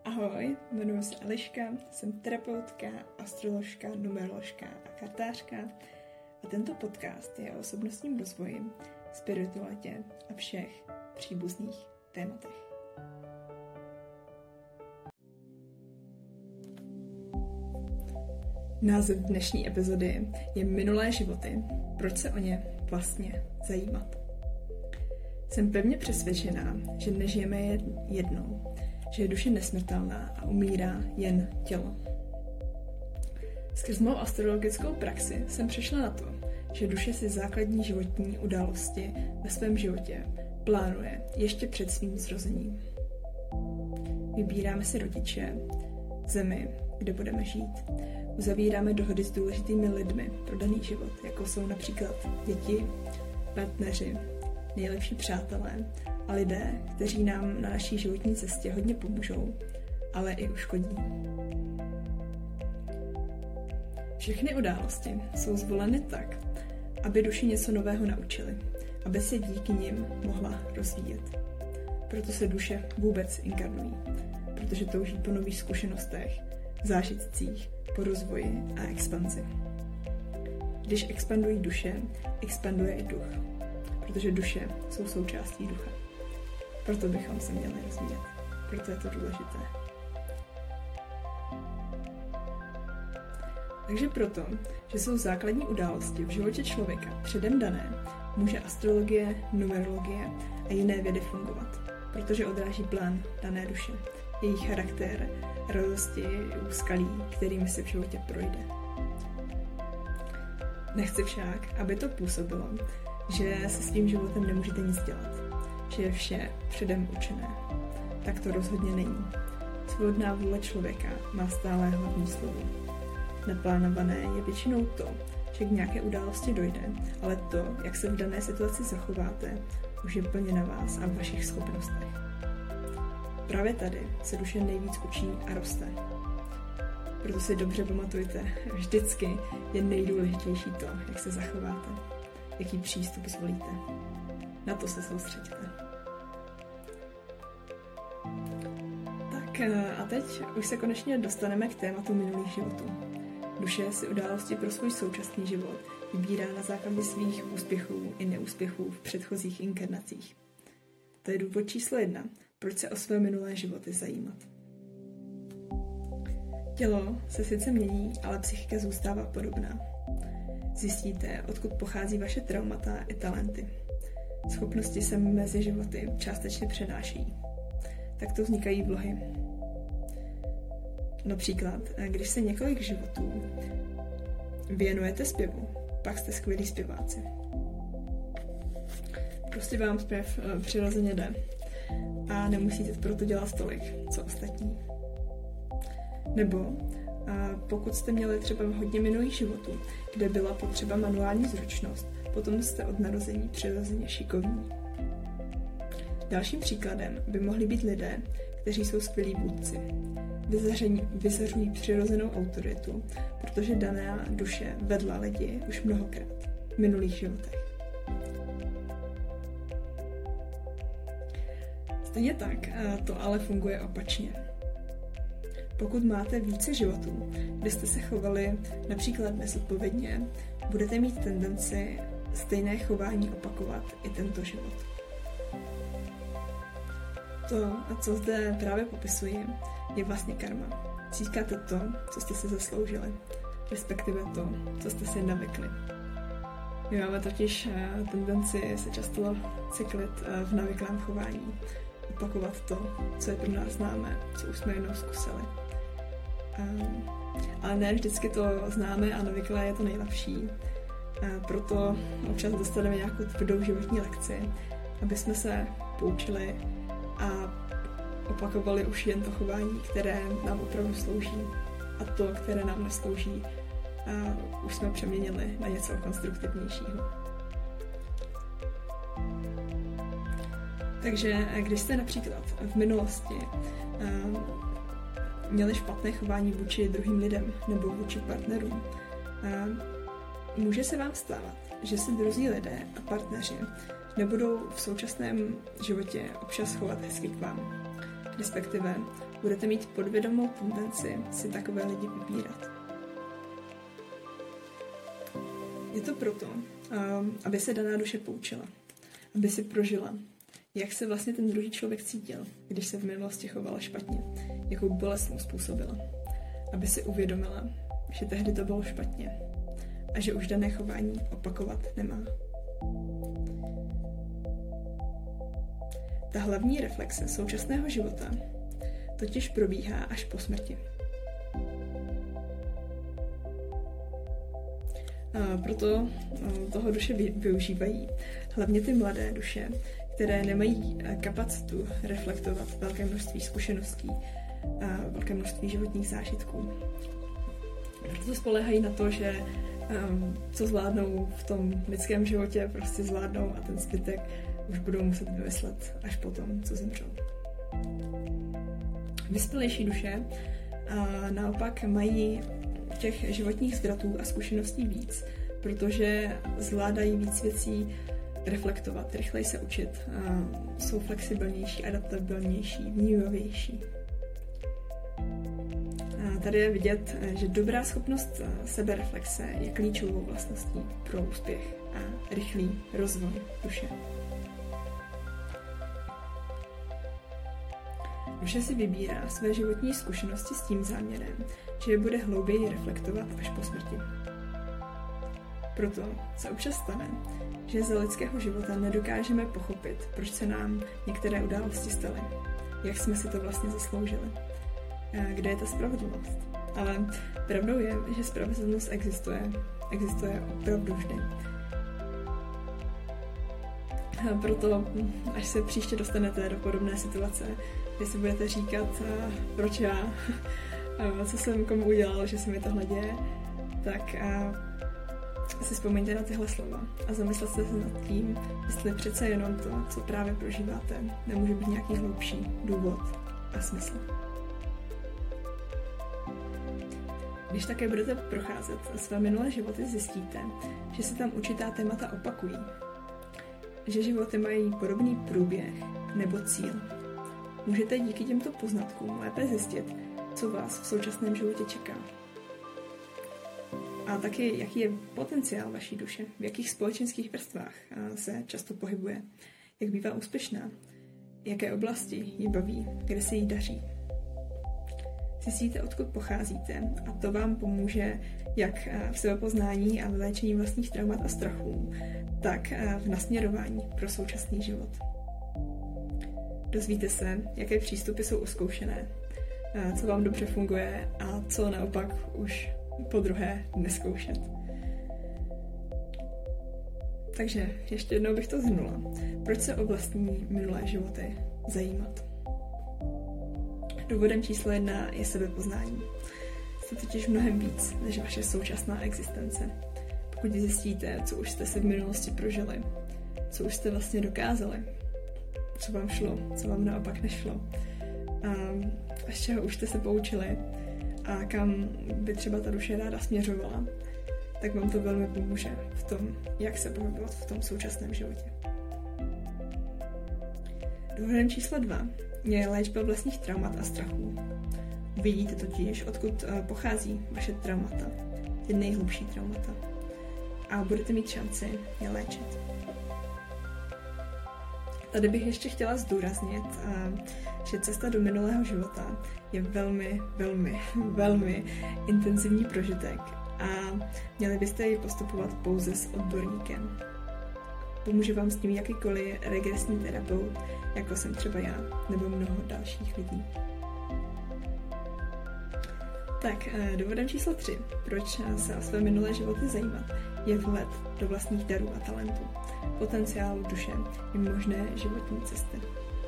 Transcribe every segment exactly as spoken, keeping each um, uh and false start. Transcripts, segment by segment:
Ahoj, jmenuji se Eliška, jsem terapeutka, astroložka, numeroložka a kartářka a tento podcast je o osobnostním rozvoji, spiritualitě a všech příbuzných tématech. Název dnešní epizody je Minulé životy. Proč se o ně vlastně zajímat? Jsem pevně přesvědčená, že nežijeme jednou, že je duše nesmrtelná a umírá jen tělo. Skrz mou astrologickou praxi jsem přišla na to, že duše si základní životní události ve svém životě plánuje ještě před svým zrozením. Vybíráme si rodiče, zemi, kde budeme žít. Uzavíráme dohody s důležitými lidmi pro daný život, jako jsou například děti, partneři, nejlepší přátelé a lidé, kteří nám na naší životní cestě hodně pomůžou, ale i uškodí. Všechny události jsou zvoleny tak, aby duši něco nového naučily, aby se díky nim mohla rozvíjet. Proto se duše vůbec inkarnují, protože touží po nových zkušenostech, zážitcích, po rozvoji a expanzi. Když expandují duše, expanduje i duch, protože duše jsou součástí ducha. Proto bychom se měli rozvíjet. Proto je to důležité. Takže proto, že jsou základní události v životě člověka předem dané, může astrologie, numerologie a jiné vědy fungovat, protože odráží plán dané duše, jejich charakter, radosti, úskalí, kterými se v životě projde. Nechci však, aby to působilo, že se svým životem nemůžete nic dělat, že je vše předem určené. Tak to rozhodně není. Svobodná vůle člověka má stále hlavní slovo. Naplánované je většinou to, že k nějaké události dojde, ale to, jak se v dané situaci zachováte, už je plně na vás a v vašich schopnostech. Právě tady se duše nejvíc učí a roste. Proto si dobře pamatujte, vždycky je nejdůležitější to, jak se zachováte, jaký přístup zvolíte. Na to se soustřeďte. Tak a teď už se konečně dostaneme k tématu minulých životů. Duše si události pro svůj současný život vybírá na základě svých úspěchů i neúspěchů v předchozích inkarnacích. To je důvod číslo jedna, proč se o své minulé životy zajímat. Tělo se sice mění, ale psychika zůstává podobná. Zjistíte, odkud pochází vaše traumata i talenty. Schopnosti se mezi životy částečně přenáší. Takto vznikají vlohy. Například, když se několik životů věnujete zpěvu, pak jste skvělí zpěváci. Prostě vám zpěv přirozeně jde a nemusíte proto dělat tolik, co ostatní. Nebo a pokud jste měli třeba hodně minulých životů, kde byla potřeba manuální zručnost, potom jste od narození přirozeně šikovní. Dalším příkladem by mohli být lidé, kteří jsou skvělí vůdci. Vyzařují přirozenou autoritu, protože daná duše vedla lidi už mnohokrát v minulých životech. Stejně tak to ale funguje opačně. Pokud máte více životů, kde jste se chovali například nezodpovědně, budete mít tendenci stejné chování opakovat i tento život. To, co zde právě popisuji, je vlastně karma. Získáte to, co jste si zasloužili, respektive to, co jste si navykli. My máme totiž tendenci se často cyklit v navyklém chování, opakovat to, co je pro nás známé, co už jsme jednou zkusili. Ale ne vždycky to známe a navyklé je to nejlepší. Proto občas dostaneme nějakou tvrdou životní lekci, aby jsme se poučili a opakovali už jen to chování, které nám opravdu slouží. A to, které nám neslouží, a už jsme přeměnili na něco konstruktivnějšího. Takže když jste například v minulosti měli špatné chování vůči druhým lidem nebo vůči partnerům, může se vám stávat, že se druzí lidé a partneři nebudou v současném životě občas chovat hezky k vám. respektive budete mít podvědomou tendenci si takové lidi vybírat. Je to proto, aby se daná duše poučila, aby si prožila, jak se vlastně ten druhý člověk cítil, když se v minulosti chovala špatně, jakou bolest mu způsobila, aby si uvědomila, že tehdy to bylo špatně a že už dané chování opakovat nemá. Ta hlavní reflexe současného života totiž probíhá až po smrti. A proto toho duše využívají hlavně ty mladé duše, které nemají kapacitu reflektovat velké množství zkušeností a velké množství životních zážitků. Proto spoléhají na to, že um, co zvládnou v tom lidském životě, prostě zvládnou a ten zbytek už budou muset vymyslet až potom, co zemřou. Vyspělejší duše a naopak mají těch životních zvratů a zkušeností víc, protože zvládají víc věcí reflektovat, rychleji se učit, a jsou flexibilnější, adaptabilnější, vnímavější. A tady je vidět, že dobrá schopnost sebereflexe je klíčovou vlastností pro úspěch a rychlý rozvoj duše. Duše si vybírá své životní zkušenosti s tím záměrem, že je bude hlouběji reflektovat až po smrti. Proto se občas stane, že za lidského života nedokážeme pochopit, proč se nám některé události staly, jak jsme si to vlastně zasloužili, kde je ta spravedlnost. Ale pravdou je, že spravedlnost existuje, existuje opravdu vždy. A proto, až se příště dostanete do podobné situace, kdy si budete říkat, proč já, co jsem komu udělal, že se mi tohle děje, tak si vzpomeňte na tyhle slova a zamyslete se nad tím, jestli přece jenom to, co právě prožíváte, nemůže být nějaký hlubší důvod a smysl. Když také budete procházet své minulé životy, zjistíte, že se tam určitá témata opakují, že životy mají podobný průběh nebo cíl. Můžete díky těmto poznatkům lépe zjistit, co vás v současném životě čeká. A taky, jaký je potenciál vaší duše, v jakých společenských vrstvách se často pohybuje, jak bývá úspěšná, jaké oblasti ji baví, kde se jí daří. Zjistíte, odkud pocházíte, a to vám pomůže jak v sebepoznání a v léčení vlastních traumat a strachů, tak v nasměrování pro současný život. Dozvíte se, jaké přístupy jsou oskoušené, co vám dobře funguje a co naopak už po druhé neskoušet. Takže ještě jednou bych to zhrnula. Proč se o vlastní minulé životy zajímat? Důvodem číslo jedna je sebepoznání. Jste totiž mnohem víc než vaše současná existence. Pokud zjistíte, co už jste si v minulosti prožili, co už jste vlastně dokázali, co vám šlo, co vám naopak nešlo, a z čeho už jste se poučili a kam by třeba ta duše ráda směřovala, tak vám to velmi pomůže v tom, jak se pohybovat v tom současném životě. Důvodem číslo dva je léčba vlastních traumat a strachů. Vidíte totiž, odkud pochází vaše traumata, ty nejhlubší traumata, a budete mít šanci je léčit. Tady bych ještě chtěla zdůraznit, že cesta do minulého života je velmi, velmi, velmi intenzivní prožitek a měli byste ji postupovat pouze s odborníkem. Pomůže vám s tím jakýkoliv regresní terapeut, jako jsem třeba já, nebo mnoho dalších lidí. Tak, důvodem číslo tři, proč se o své minulé životy zajímat, je vhled do vlastních darů a talentů, potenciálu duše i možné životní cesty.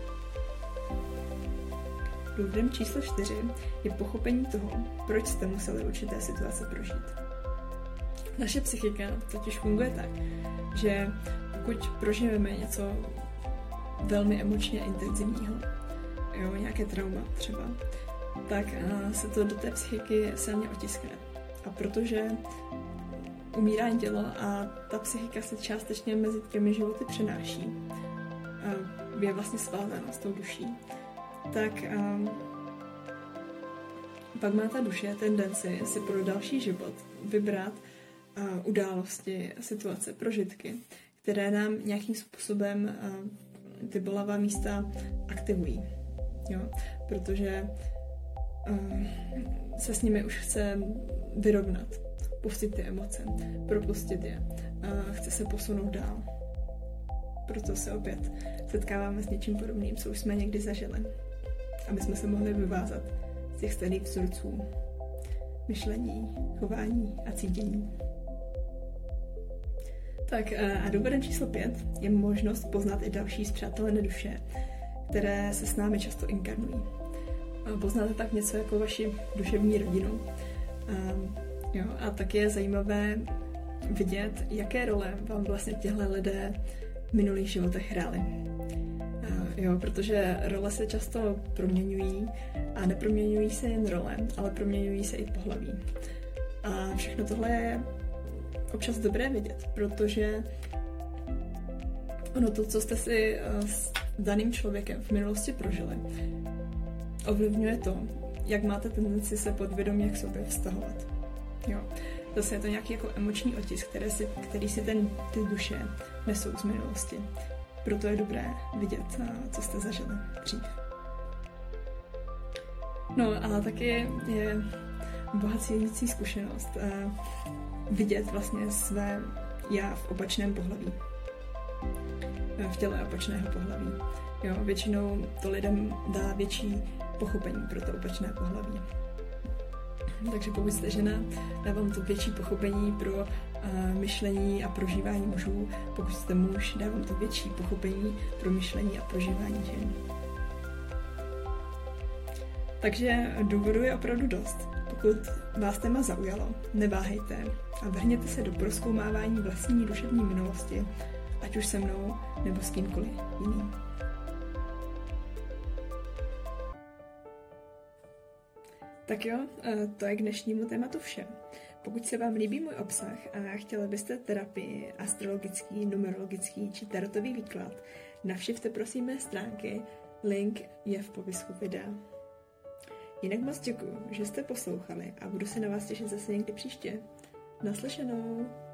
Důvodem číslo čtyři je pochopení toho, proč jste museli určité situace prožít. Naše psychika totiž funguje tak, že pokud prožijeme něco velmi emočně intenzivního, jo, nějaké trauma třeba, tak se to do té psychiky silně otiskne. A protože umírá tělo a ta psychika se částečně mezi těmi životy přenáší, je vlastně svázána s tou duší, tak um, pak má ta duše tendenci si pro další život vybrat uh, události, situace, prožitky, které nám nějakým způsobem uh, ty bolavá místa aktivují. Jo? Protože uh, se s nimi už chce vyrovnat, pustit ty emoce, propustit je, uh, chce se posunout dál. Proto se opět setkáváme s něčím podobným, co už jsme někdy zažili, aby jsme se mohli vyvázat z těch starých vzorců myšlení, chování a cítění. Tak a důvodem číslo pět je možnost poznat i další spřátelené duše, které se s námi často inkarnují. Poznáte tak něco jako vaši duševní rodinu. A, jo, a tak je zajímavé vidět, jaké role vám vlastně těhle lidé v minulých životech hrály. Jo, protože role se často proměňují a neproměňují se jen role, ale proměňují se i pohlaví. A všechno tohle je občas dobré vidět, protože ono to, co jste si s daným člověkem v minulosti prožili, ovlivňuje to, jak máte tendenci se podvědomě k sobě vztahovat. Jo. Zase je to nějaký jako emoční otisk, který si, který si ten, ty duše nesou z minulosti. Proto je dobré vidět, co jste zažili dřív. No a taky je obohacující zkušenost vidět vlastně své já v opačném pohlaví. V těle opačného pohlaví. Jo, většinou to lidem dá větší pochopení pro to opačné pohlaví. Takže pokud jste žena, dávám to větší pochopení pro uh, myšlení a prožívání mužů. Pokud jste muž, dávám to větší pochopení pro myšlení a prožívání žen. Takže důvodů je opravdu dost. Pokud vás téma zaujalo, neváhejte a vrhněte se do prozkoumávání vlastní duševní minulosti, ať už se mnou nebo s kýmkoliv jiným. Tak jo, to je k dnešnímu tématu vše. Pokud se vám líbí můj obsah a chtěli byste terapii, astrologický, numerologický či tarotový výklad, navštivte prosím mé stránky, link je v popisku videa. Jinak moc děkuju, že jste poslouchali a budu se na vás těšit zase někdy příště. Naslyšenou!